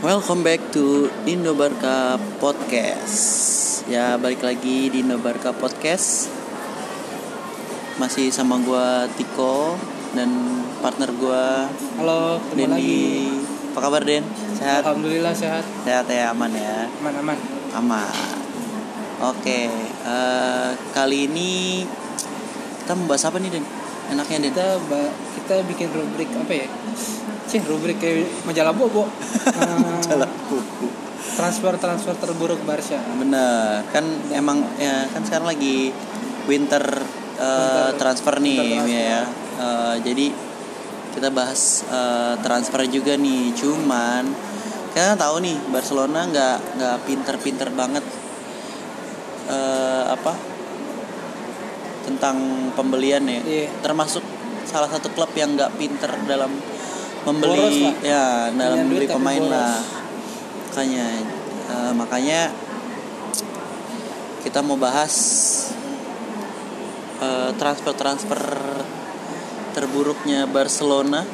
Welcome back to Indo Barca Podcast. Ya, balik lagi di Indo Barca Podcast. Masih sama gue Tiko dan partner gue. Halo, ketemu lagi. Apa kabar, Den? Sehat? Alhamdulillah sehat. Sehat ya, aman ya. Aman. Oke, kali ini kita membahas apa nih, Den? Enaknya, Den? Kita bikin rubrik apa ya? Rubrik kayak majalah bobo. Majalah buku. Transfer terburuk Barca. Bener, kan emang ya kan sekarang lagi winter transfer nih ya. Jadi kita bahas transfer juga nih. Cuman kita tahu nih Barcelona nggak pinter banget tentang pembelian ya. Yeah. Termasuk salah satu klub yang nggak pinter dalam membeli dalam beli pemain lah. Makanya kita mau bahas transfer terburuknya Barcelona.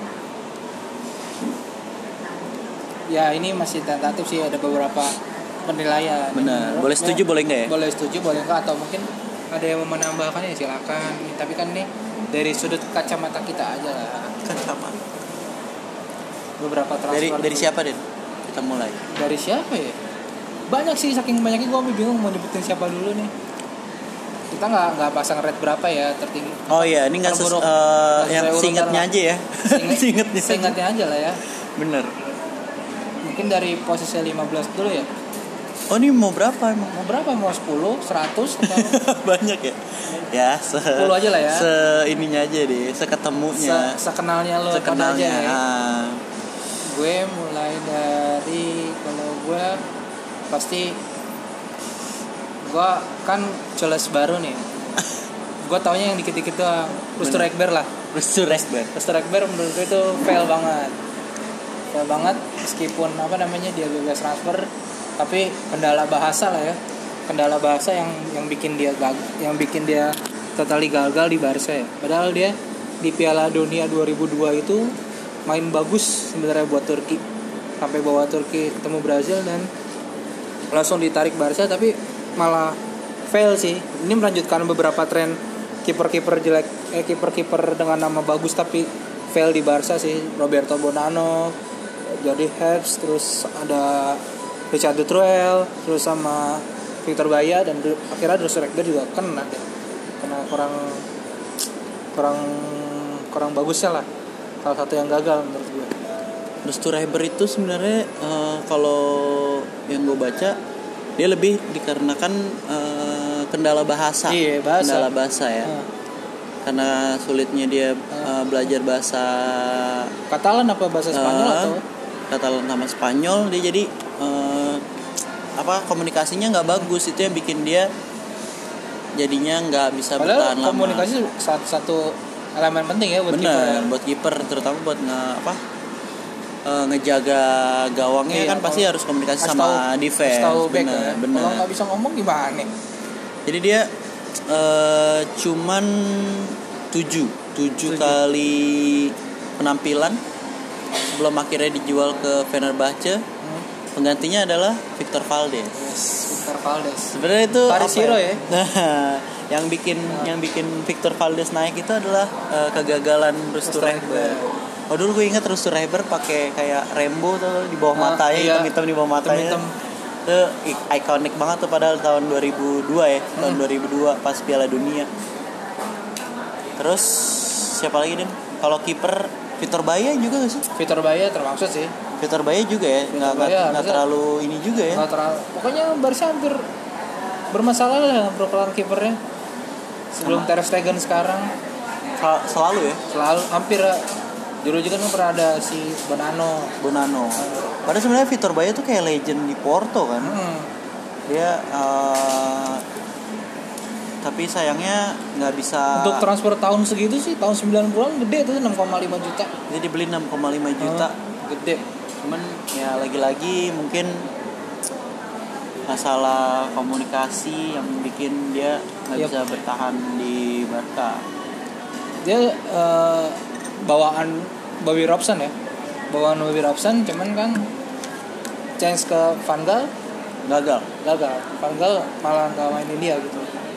Ya, ini masih tentatif sih, ada beberapa penilaian. Benar. Boleh setuju, boleh enggak ya? Boleh setuju, boleh enggak, atau mungkin ada yang mau menambahkannya, silakan. Tapi kan nih dari sudut kacamata kita aja lah. Kacamata. Beberapa transfer. Dari siapa, Den? Kita mulai. Dari siapa ya? Banyak sih, saking banyaknya gue bingung mau nyebutin siapa dulu nih. Kita nggak pasang rate berapa ya tertinggi. Oh iya, ini nggak yang seingatnya aja ya. Seingatnya aja lah ya. Bener. Mungkin dari posisi 15 dulu ya. Oh, ini mau berapa emang? Mau 10, 100 atau banyak ya? Ya, 10 aja lah ya. Ininya aja deh, seketemunya. Sekenalnya lo pada aja ya. Gue mulai dari, kalau gue pasti gue kan jelas baru nih. Gue taunya yang dikit-dikit doang. Rustur Ekber lah. Rustur Ekber menurut gue itu fail banget meskipun dia bebas transfer, tapi kendala bahasa lah ya. Kendala bahasa yang bikin dia totally gagal di Barca ya. Padahal dia di Piala Dunia 2002 itu main bagus sebenarnya buat Turki. Sampai bawa Turki ketemu Brazil dan langsung ditarik Barca, tapi malah fail sih. Ini melanjutkan beberapa tren kiper-kiper jelek, kiper-kiper dengan nama bagus tapi fail di Barca sih. Roberto Bonano, Jordi Herbst, terus ada Richard Dutruel, terus sama Victor Baia, dan akhirnya Rustur Ekber juga kena kurang bagusnya lah. Salah satu yang gagal menurut gue. Rustur Ekber itu sebenarnya kalau yang gue baca dia lebih dikarenakan kendala bahasa. Iya, kendala bahasa ya. Karena sulitnya dia belajar bahasa Katalan apa bahasa Spanyol atau Katalan sama Spanyol, dia jadi komunikasinya nggak bagus. Itu yang bikin dia jadinya nggak bisa bertahan lama. Komunikasi satu elemen penting ya buat kiper. Buat kiper, terutama buat ngejaga gawangnya. Kan pasti harus komunikasi sama defense. Benar. Kalau nggak bisa ngomong gimana? Jadi dia cuman 7 kali penampilan sebelum akhirnya dijual ke Fenerbahce. Penggantinya adalah Victor Valdes. Sebenarnya itu Paris Hero ya. yang bikin Victor Valdes naik itu adalah kegagalan Rustur Ekber. Oh, dulu gue ingat Rustur Ekber pakai kayak rainbow tuh di bawah matanya, hitam-hitam di bawah matanya. Itu ikonik banget tuh, padahal tahun 2002 ya. Tahun 2002 pas Piala Dunia. Terus siapa lagi, Den? Kalau kiper Victor Baia juga gak sih? Victor Baia termaksud sih. Victor Baia juga ya, nggak terlalu ini juga ya. Pokoknya Barca hampir bermasalah lah dengan program kipernya. Sebelum Ter Stegen sekarang. Selalu ya? Selalu, hampir. Dulu juga kan pernah ada si Bonano. Padahal sebenarnya Victor Baia tuh kayak legend di Porto kan. Dia tapi sayangnya nggak bisa. Untuk transfer tahun segitu sih, tahun 90-an gede tuh, 6,5 juta. Jadi dibeli 6,5 juta. Gede. Cuman ya lagi-lagi mungkin masalah komunikasi yang bikin dia nggak bisa bertahan di Barca. Dia bawaan Bobby Robson, cuman kan change ke Van Gaal gagal. Van Gaal malah nggak mainin dia gitu.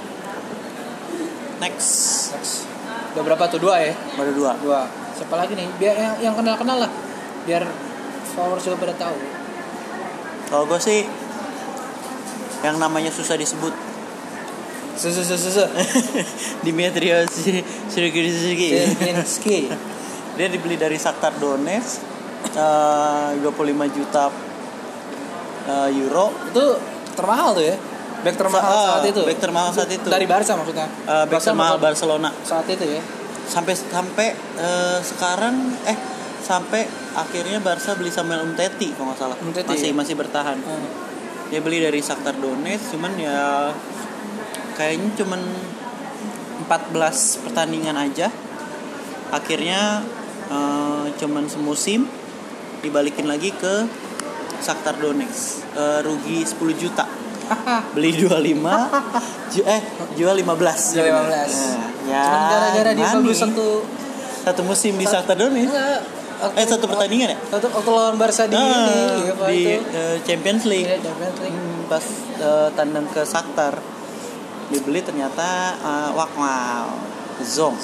Next. Udah berapa tuh? 2 ya? Baru 2. Siapa lagi nih? Biar yang kenal lah. Biar followers juga pada tahu. Kalau gue sih yang namanya susah disebut. Dimitrios Sirkinski. Dia dibeli dari Shakhtar Donetsk 25 juta euro. Itu termahal tuh ya? Back termahal saat itu. Dari Barca maksudnya. Back termahal Barcelona saat itu ya. Sampai sekarang sampai akhirnya Barca beli Samuel Umtiti kalau nggak salah. Masih bertahan. Dia beli dari Shakhtar Donetsk, cuman ya kayaknya cuman 14 pertandingan aja. Akhirnya cuman semusim dibalikin lagi ke Shakhtar Donetsk. Rugi 10 juta. Beli 25 jual 15. Ya, cuman gara-gara dia bagus satu musim di Shakhtar Donetsk. Satu pertandingan ya? Waktu lawan Barca di Champions League. Iya, Champions League. Pas tandang ke Shakhtar dibeli ternyata Zong.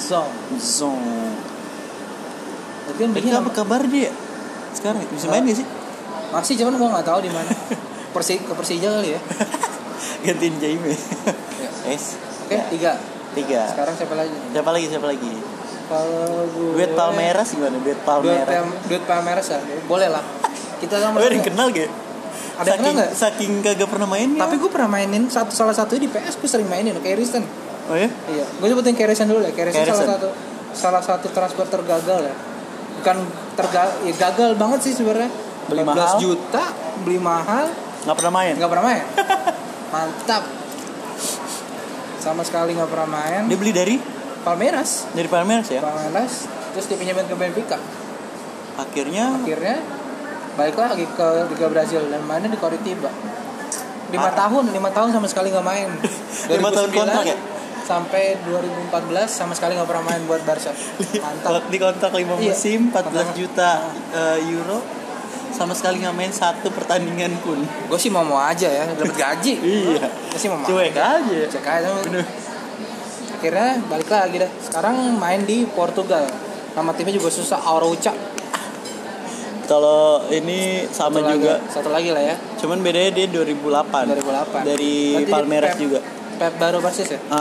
Tapi apa kabar dia sekarang? Bisa main gak sih? Masih, cuman gua nggak tahu di mana. Ke Persija kali ya. Gantiin Jaime. Oke, 3. Sekarang siapa lagi? Kalau gue duet Palmeiras gimana? Duet Palmeiras ya. Boleh lah. Kita sama. Ada yang kenal gak? Ada yang kenal enggak? Saking kagak pernah main ya. Tapi gue pernah mainin salah satu di PS, gue sering mainin Kerrison. Oh ya? Iya. Gue sebutin Kerrison dulu ya. Kerrison salah satu transfer tergagal ya. Bukan gagal banget sih sebenarnya. Beli 14 mahal. juta, beli mahal. Enggak pernah main. Mantap. Sama sekali nggak pernah main. Dia beli dari Palmeiras. Dari Palmeiras ya. Terus dipinjemin ke Benfica. Akhirnya balik lagi ke Liga Brazil dan mainnya di Coritiba. 5 tahun sama sekali nggak main. 5 tahun kontrak ya. Sampai 2014 sama sekali nggak pernah main buat Barca. Mantap. Di kontrak 5 musim 14 juta euro. Sama sekali nggak main satu pertandingan pun. Gue sih mau aja ya, dapat gaji. Iya. Gue sih mau cuek aja. Bener. Akhirnya balik lagi dah. Sekarang main di Portugal. Nama timnya juga susah, Arouca. Kalau ini sama juga. Satu lagi lah ya. Cuman bedanya dia 2008. Dari berarti Palmeiras juga. Pep baru persis ya?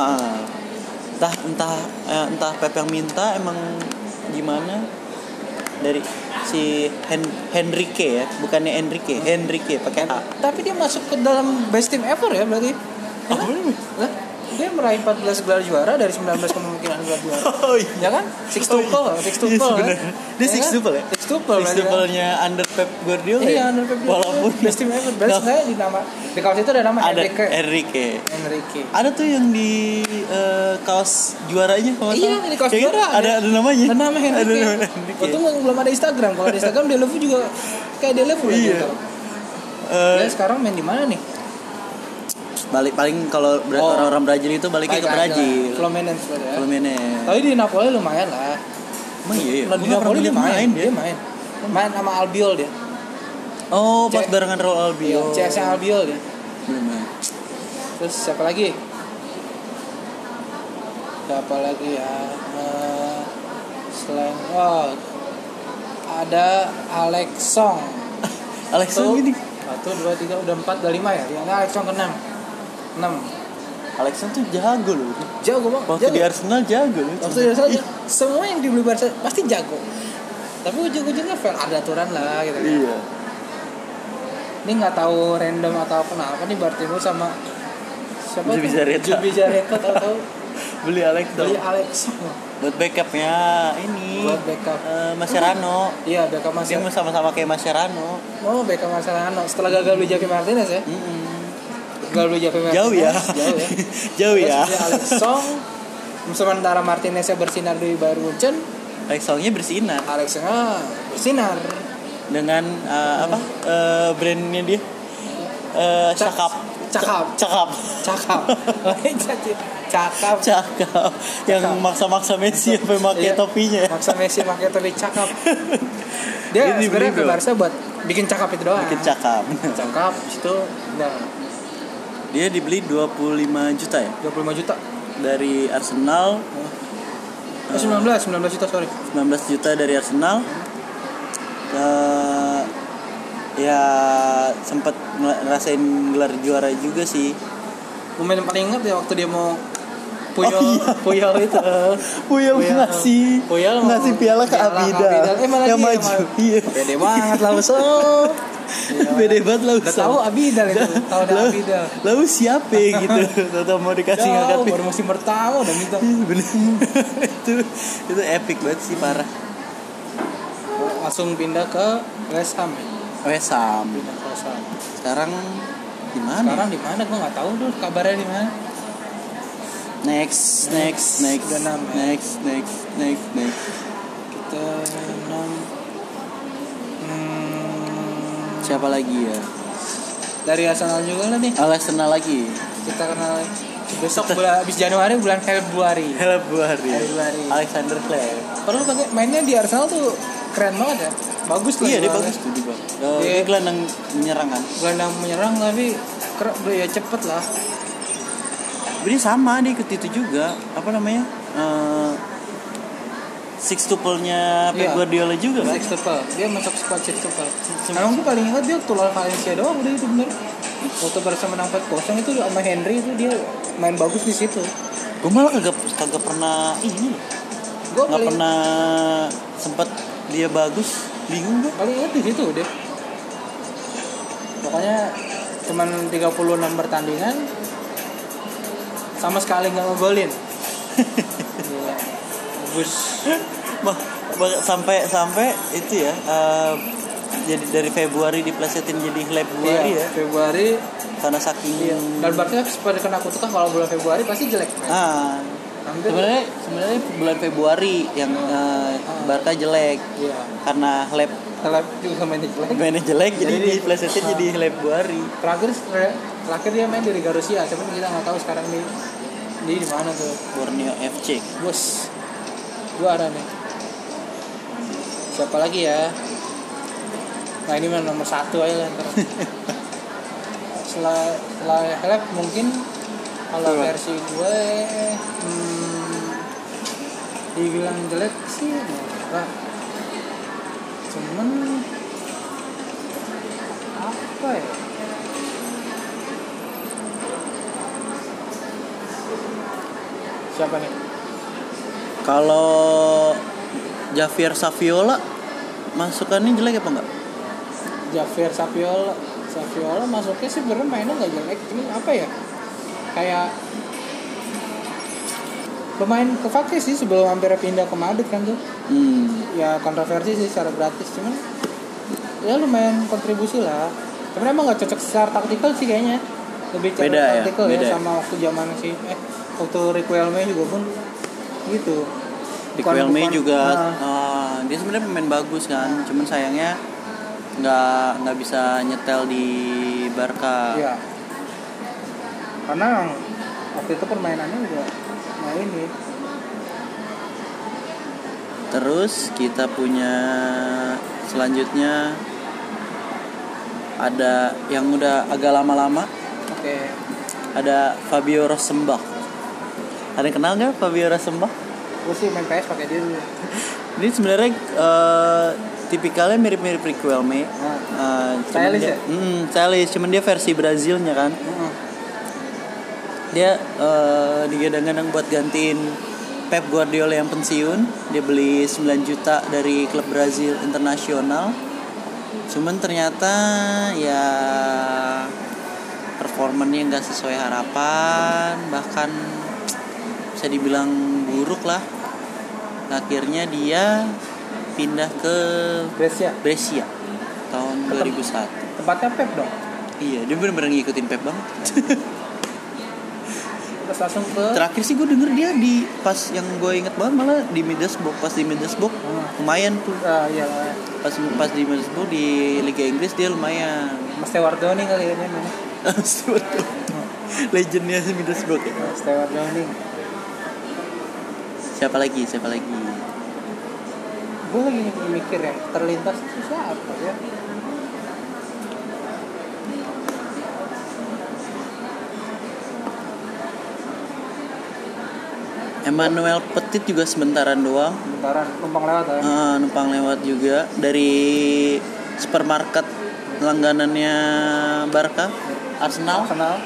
Entah Pep yang minta emang gimana. Dari si Henrique ya, bukannya Henrique pakai H. Tapi dia masuk ke dalam best team ever ya berarti. Dia meraih 14 gelar juara dari 19 kemungkinan gelar juara. Oh iya. Ya kan? Sixtuple kan? Dia sixtuple ya? Sixtuple-nya under Pep Guardiola. Iya, under Pep Guardiola. Walaupun best team ever. Berarti sebenarnya di nama di kaos itu ada nama Enrique. Ada tuh yang di kaos juaranya kalau iya, di kaos juara. Ada namanya. Ada nama Enrique. Waktu belum ada Instagram. Kalau ada Instagram Delevu juga kayak Delevu gitu. Dia sekarang main di mana nih? Balik paling kalau orang-orang Brazil itu baliknya ke Brazil. Fluminense ya. Tapi di Napoli lumayan lah. Emang iya. Di Napoli dia main. Main sama Albiol dia. Oh, pas barengan Raul Albiol. CS Albiol dia. Terus siapa lagi ya? Selain ada Alex Song gini. 1, 2, 3, udah 4, udah 5 ya. Yang Alex Song ke-6. Alex Song tuh jago loh. Jago bang. Waktu di Arsenal jago loh. Semua yang dibeli Barca pasti jago. Tapi ujung-ujungnya fair, ada aturan lah gitu. Iya. Ini nggak tahu random atau kenapa nih Bartimo sama siapa? Jubi Jareta atau beli Alex Song. Buat backupnya ini. Buat backup Mascherano. Iya, backup Mascherano. Dia sama-sama kayak Mascherano. Oh, backup Mascherano. Setelah gagal beli Javi Martinez ya. Gagal beli Javi Martinez. Jauh ya. Alex Song. Sementara Martineznya bersinar di Bayern Munchen. Alex Songnya bersinar. Dengan brandnya dia. Cakap. Yang maksa-maksa Messi sampai pakai topinya. Maksa Messi pakai topi cakap. Dia sebenarnya ke Barca buat bikin cakap itu doang. Bikin cakap. Cakap itu enggak. Dia dibeli 25 juta ya? 25 juta dari Arsenal. 19 juta sorry. 19 juta dari Arsenal. Ya sempat ngerasain gelar juara juga sih. Momen paling ingat ya waktu dia mau Puyol itu. Puyol ngasih piala ke Abidal. Malah yang dia maju. Iya. Pede banget lah so. Pede banget lah. Udah tahu Abidal itu. Tahu dah Abidal. Lalu siapa gitu? Tahu mau dikasih ngangkat. Baru musim pertama udah minta. Bener. itu epic banget sih, parah. Langsung pindah ke West Ham. West Ham. Sekarang di mana? Sekarang di mana? Gua enggak tahu tuh kabarnya di mana. Next. Udah 6 ya. Next. Kita 6. Siapa lagi ya? Dari Arsenal juga lah nih. Arsenal lagi. Kita kenal besok habis Januari bulan Februari. Alexander Hleb. Padahal mainnya di Arsenal tuh keren banget ya. Bagus lah. Iya, dia bagus tuh dia gelandang menyerang kan. Gelandang menyerang tapi ya cepet lah. Dia sama, dia ikut itu juga. Apa namanya? Sextuple-nya Pep Guardiola juga kan? Sextuple. Dia masuk squad sextuple. Emang gue paling ingat dia tuh lawan Valencia doang udah itu bener. Waktu Barca menang 4-0 itu sama Henry itu dia main bagus di situ. Gue malah kagak pernah ini. Gue nggak pernah sempat dia bagus. Bingung gue. Paling ingat di situ deh. Pokoknya cuman 36 pertandingan sama sekali nggak ngegolin. Bagus. sampai itu ya. Jadi dari Februari diplesetin jadi Februari ya. Februari karena saking. Iya. Dan Barca pada kena kutukan kalau bulan Februari pasti jelek. Sebenarnya bulan Februari yang Barca jelek. Iya. Karena Hleb juga mainnya jelek. Jadi diplesetin jadi Februari. Terakhir dia main di Liga Rusia, cuman kita nggak tahu sekarang di mana tuh. Borneo FC. Bos, juara nih. Siapa lagi ya? Nah ini nomor 1 aja lah. Setelah Hleb mungkin kalau versi gue dibilang jelek sih enggak. Cuman apa ya? Siapa nih? Kalau Javier Saviola masukannya jelek apa enggak? Javier Saviola masuknya sih bener mainnya nggak jelek, cuman apa ya? Kayak pemain kepake sih sebelum hampir pindah ke Madrid kan tuh. Ya kontroversi sih secara gratis, cuman ya lumayan kontribusi lah. Tapi emang nggak cocok secara taktikal sih kayaknya. Lebih cara taktikal ya sama waktu zaman sih. Waktu Riquelme juga pun gitu. Riquelme juga dia sebenarnya pemain bagus kan, cuman sayangnya nggak bisa nyetel di Barca. Iya. Karena waktu itu permainannya juga ini. Terus kita punya selanjutnya ada yang udah agak lama-lama. Oke. Ada Fabio Rosenbach. Ada yang kenal nggak Fabio Rosenbach? Gue sih main PS pakai dia dulu. Ini sebenarnya tipikalnya mirip-mirip Riquelme. Stylish ya? Stylish, cuman dia versi Brazilnya kan. Dia digadang-gadang buat gantiin Pep Guardiola yang pensiun. Dia beli 9 juta dari klub Brazil internasional. Cuman ternyata ya performanya nggak sesuai harapan, bahkan bisa dibilang buruk lah. Akhirnya dia pindah ke Brescia tahun 2001. Tempatnya Pep dong. Iya, dia benar-benar ngikutin Pep banget. Terus langsung ke terakhir sih gue denger dia di pas yang gue inget banget malah di Middlesbrough. Pas di Middlesbrough lumayan tuh. Iya. Pas di Middlesbrough di Liga Inggris dia lumayan. Mas Tewardoni kali ini mana? Legendnya Middlesbrough ya. Mas Tewardoni. Siapa lagi? Gue lagi mikir ya, terlintas itu siapa ya? Emmanuel Petit juga sementaran doang. Bentaran numpang lewat ya. Numpang lewat juga dari supermarket langganannya Barca, Arsenal.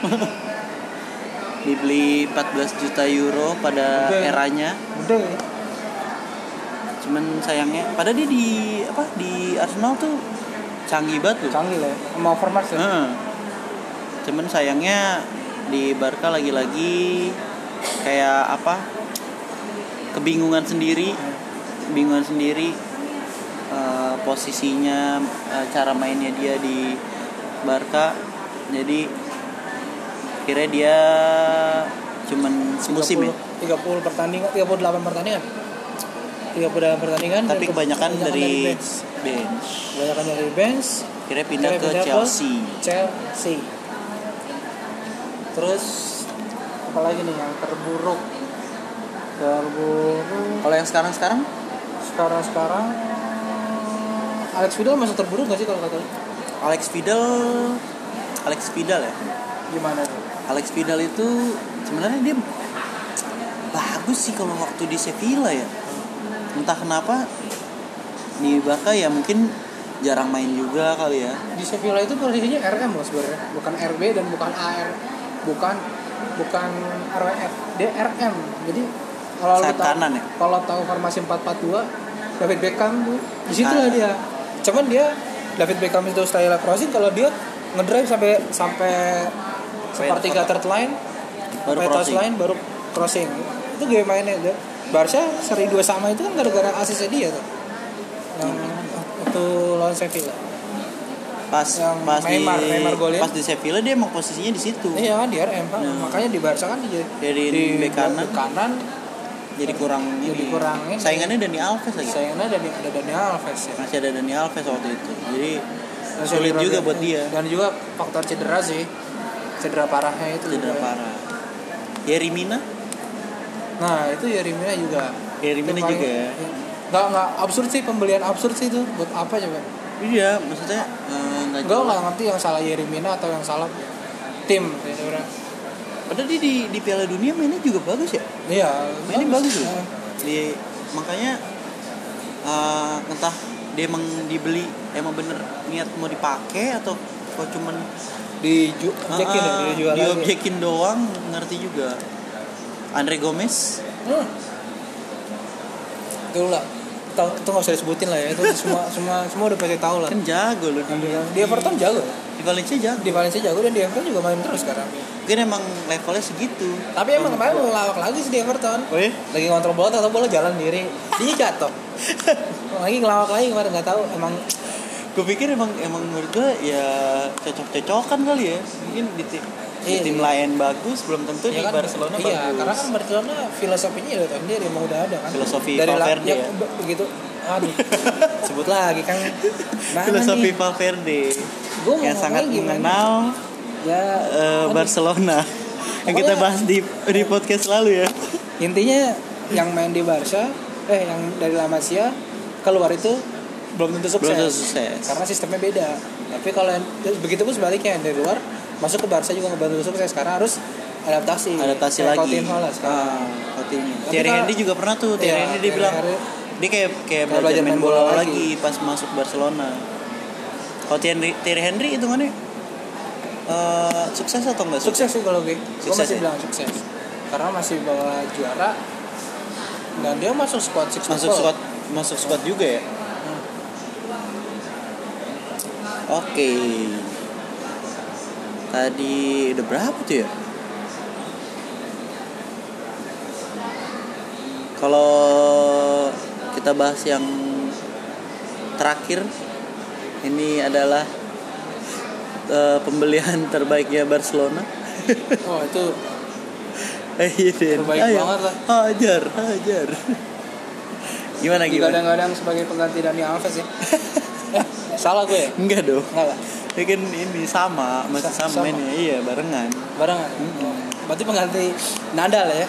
Dibeli 14 juta euro pada eranya. Gede ya. Cuman sayangnya, padahal dia di Arsenal tuh canggih banget loh. Canggih lah ya. Mau Overmars ya. Cuman sayangnya di Barca lagi-lagi kayak kebingungan sendiri. Posisinya, cara mainnya dia di Barca. Jadi akhirnya dia cuman semusim 38 pertandingan. 38 pertandingan tapi kebanyakan dari bench. Akhirnya pindah ke Chelsea. Terus apalagi nih yang terburuk? Kalau yang sekarang Alex Vidal masuk terburuk gak sih kalau kata lu? Alex Vidal ya. Gimana tuh? Alex Vidal itu sebenarnya dia bagus sih kalau waktu di Sevilla ya. Entah kenapa di Barca ya mungkin jarang main juga kali ya. Di Sevilla itu posisinya RM loh sebenarnya, bukan RB dan bukan AR, bukan RWF, dia RM. Jadi kalau tahu formasi 4-4-2, David Beckham tuh di situ lah dia. Cuman David Beckham itu style crossing, kalau dia ngedrive sampai sepertiga third line, baru crossing. Itu game mainnya dia. Barca seri 2 sama itu kan gara-gara asisnya dia tuh. Yang waktu lawan Sevilla. Pas Neymar golin. Pas di Sevilla dia emang posisinya di situ. Iya kan di RM kan. Makanya di Barca kan dia di bek kanan jadi kurang ini. Saingannya Dani Alves lagi. Ada Dani Alves ya. Masih ada Dani Alves waktu itu. Jadi sulit juga buat dia. Dan juga faktor cedera sih. Cedera parahnya itu. Parah. Yerimina? Nah, itu Yerimina juga. Yerimina juga ya. Enggak absurd sih, pembelian absurd sih itu. Buat apa coba? Iya, maksudnya enggak ngerti yang salah Yerimina atau yang salah tim sebenarnya. Padahal dia di Piala Dunia mainnya juga bagus ya. Iya, mainnya bagus loh. Makanya entah dia emang dibeli emang bener niat mau dipakai atau kok cuman diobjekin doang, ngerti juga. Andre Gomez. Itu lah. Itu nggak usah disebutin lah ya, itu semua udah pasti tahu lah. Kan jago loh di Everton jago, di Valencia jago dan di Everton juga main terus sekarang. Mungkin emang levelnya segitu. Tapi emang kemarin ngelawak lagi sih di Everton. Oh iya? Lagi ngontrol bola atau bola jalan diri, dia jatuh. Lagi ngelawak lagi kemarin, nggak tahu emang. Gue pikir emang menurut gue ya cocok-cocokan kali ya. Mungkin di tim lain bagus, belum tentu ya di kan, Barcelona bagus. Iya, karena kan Barcelona filosofinya ya dia emang udah ada kan. Filosofi dari Valverde ya. Begitu. Aduh. Sebut lagi kan. Filosofi Valverde. Yang sangat mengenal Barcelona. Yang kita bahas di podcast lalu ya. Intinya yang main di Barca, yang dari La Masia keluar itu belum tentu sukses. Karena sistemnya beda. Tapi kalau begitu pun sebaliknya yang dari luar masuk ke Barca juga ngebantu sukses karena harus adaptasi lagi. Coutinho lah sekarang. Thierry Henry juga pernah tuh. Thierry Henry dia bilang dia kayak belajar main bola lagi pas masuk Barcelona. Kalau Thierry Henry itu mana? Sukses atau enggak? Sukses sih kalau gue masih bilang sukses. Karena masih bawa juara dan dia masuk squad juga ya. Oke. Tadi udah berapa tuh ya? Kalau kita bahas yang terakhir, ini adalah pembelian terbaiknya Barcelona. Oh itu terbaik banget lah. Hajar. Gimana? Kadang-kadang sebagai pengganti Dani Alves ya. Salah gue ya? Enggak dong. Enggak lah. Ya kan ini sama mainnya. Iya, barengan. Berarti pengganti Nadal ya.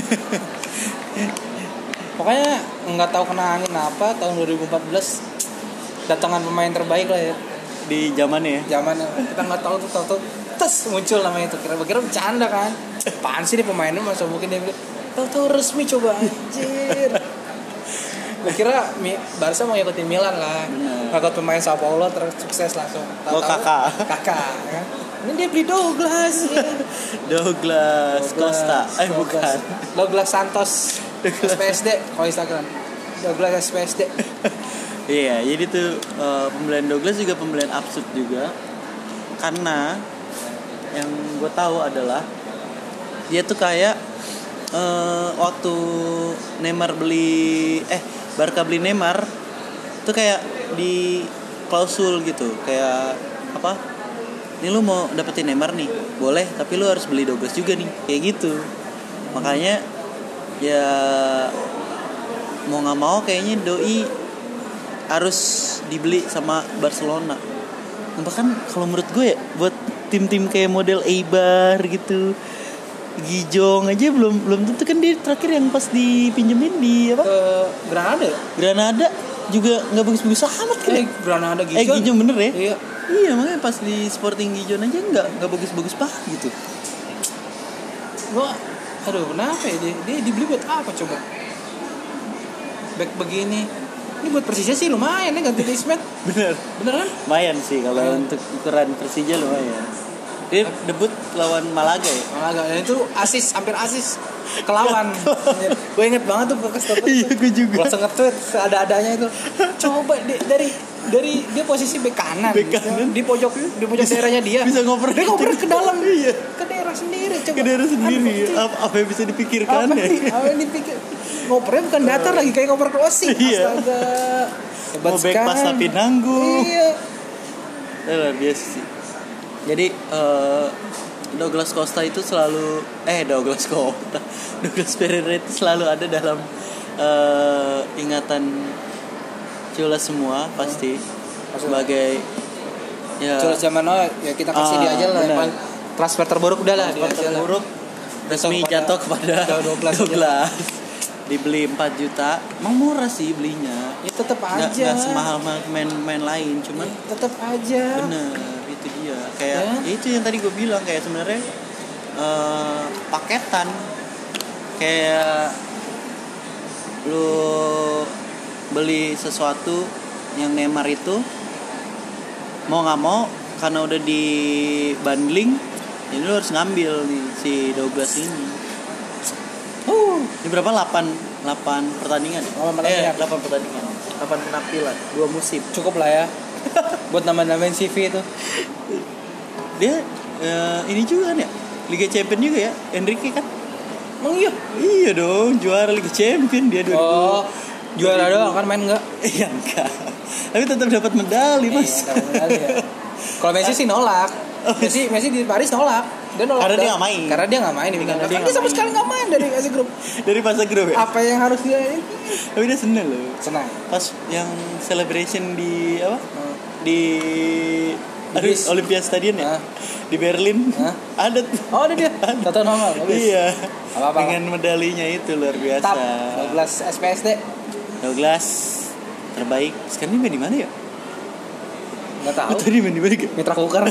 Pokoknya nggak tahu kena angin apa tahun 2014 datangan pemain terbaik lah ya di zamannya ya. Kita nggak tahu tuh tes muncul namanya itu, kira-kira bercanda kan. Apaan sih nih pemainnya, masa mungkin dia Tahu resmi coba anjir. Gue kira Barca mau ngikutin Milan lah. Kakak pemain Sao Paulo terus sukses langsung. Kakak. Ya. Ini dia beli Douglas. Ya. Douglas Costa. Bukan. Douglas Santos. SPSD kalau Instagram. Douglas SPSD. Iya, jadi tuh pembelian Douglas juga pembelian absurd juga. Karena yang gue tahu adalah dia tuh kayak waktu Barca beli Neymar tuh kayak di klausul gitu, kayak apa? Ini lu mau dapetin Neymar nih, boleh, tapi lu harus beli Douglas juga nih, kayak gitu. Makanya ya mau nggak mau kayaknya doi harus dibeli sama Barcelona. Bahkan kalau menurut gue ya, buat tim-tim kayak model Eibar gitu, Gijong aja belum tentu kan, dia terakhir yang pas dipinjemin di apa? Granada juga nggak bagus-bagus amat kan? Granada Gijong. Gijong bener ya? Iya. Iya, makanya pas di Sporting Gijong aja nggak bagus-bagus banget gitu. Kenapa ya dia dibeli buat apa coba? Back begini. Ini buat Persija sih lumayan ya, ganti Ismet. Bener kan? Lumayan sih kalau untuk ukuran Persija lumayan. Dia debut lawan Malaga ya. Dan itu hampir asis ke lawan. Gue inget banget tuh bekas dapat. Iya, gue juga. Langsung nge-tweet ada-adanya itu. Coba dari dia posisi bek kanan. Di pojok daerahnya dia. Bisa ngoper. Dia ngoper ke dalam. Iya. Ke daerah sendiri coba. Ke daerah sendiri. Apa yang bisa dipikirkan ya? Apa yang dipikir? Ngopernya bukan datar lagi, kayak ngoper crossing. Iya. Astaga. Hebat mau back pas tapi nanggung. Iya. Luar biasa sih. Jadi Douglas Costa itu selalu Douglas Pereira itu selalu ada dalam ingatan Culas semua pasti. Sebagai ya Culas zaman now ya kita kasih dia aja lah. Transfer terburuk udah lah. Transfer terburuk resmi jatuh kepada Douglas. Dibeli 4 juta. Emang murah sih belinya. Ya tetap aja. Nggak semahal main lain, cuman tetap aja. Bener, itu dia. Kayak itu yang tadi gue bilang, kayak sebenarnya paketan. Kayak lu beli sesuatu yang Neymar itu mau nggak mau karena udah di bundling, jadi lu harus ngambil nih si Douglas ini. Ini berapa? 8 pertandingan. 8 pertandingan. 8 penampilan, 2 musim. Cukup lah ya. Buat nambah-nambahin CV itu. Dia ini juga kan ya? Liga Champion juga ya? Enrique kan? Emang iya? Iya dong, juara Liga Champion dia 2000. Juara doang kan, main enggak? Iya enggak. Tapi tetap dapat medali, Mas. Iya, dapat medali ya. Kalau Messi sih nolak. Messi di Paris nolak. Dia nolak karena dia nggak main. Karena dia nggak main di Liga. Dia sama sekali nggak main dari fase grup. Dari fase grup ya? Apa yang harus dia ini? Tapi dia seneng loh. Senang. Pas yang celebration di apa? Di Olympia Stadion ya? Di Berlin. Ada tuh. Oh, ada dia. Toto nongol. Iya. Apa-apa. Dengan medalinya itu luar biasa. Douglas SPSD. Douglas terbaik. Sekarang dia main di mana ya? Nggak tahu. Tadi main di mana? Mitra Kukar.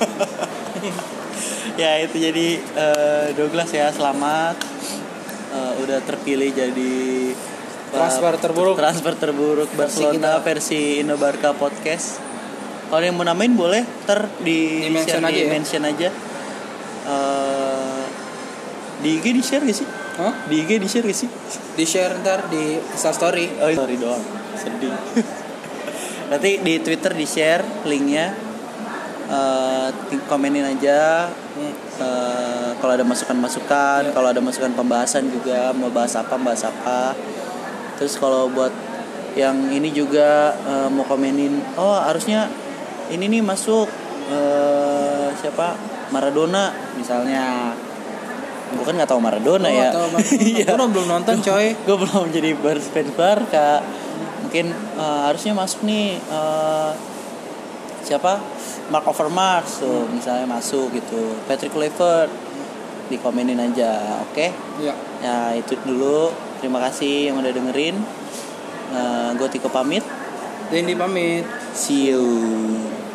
Ya itu jadi Douglas ya, selamat udah terpilih jadi transfer terburuk Barcelona versi Indo Barca Podcast. Kalau yang mau namain boleh di mention aja. Di IG di share gak sih? Di IG di share gak sih? Di share ntar di Story. Oh, story doang. Sedih. Nanti di Twitter di share linknya. Komenin aja. Kalau ada masukan-masukan, kalau ada masukan pembahasan juga, mau bahas apa. Terus kalau buat yang ini juga mau komenin, harusnya ini nih masuk siapa, Maradona misalnya. Gue kan nggak tahu Maradona ya. Gue belum nonton coy. Gue belum jadi fans Barca. Mungkin harusnya masuk nih siapa, Mark Overmars tuh misalnya masuk gitu. Patrick Kluivert dikomenin aja, oke? Iya. Ya itu dulu. Terima kasih yang udah dengerin. Gue Tiko pamit. Dendi pamit. See you.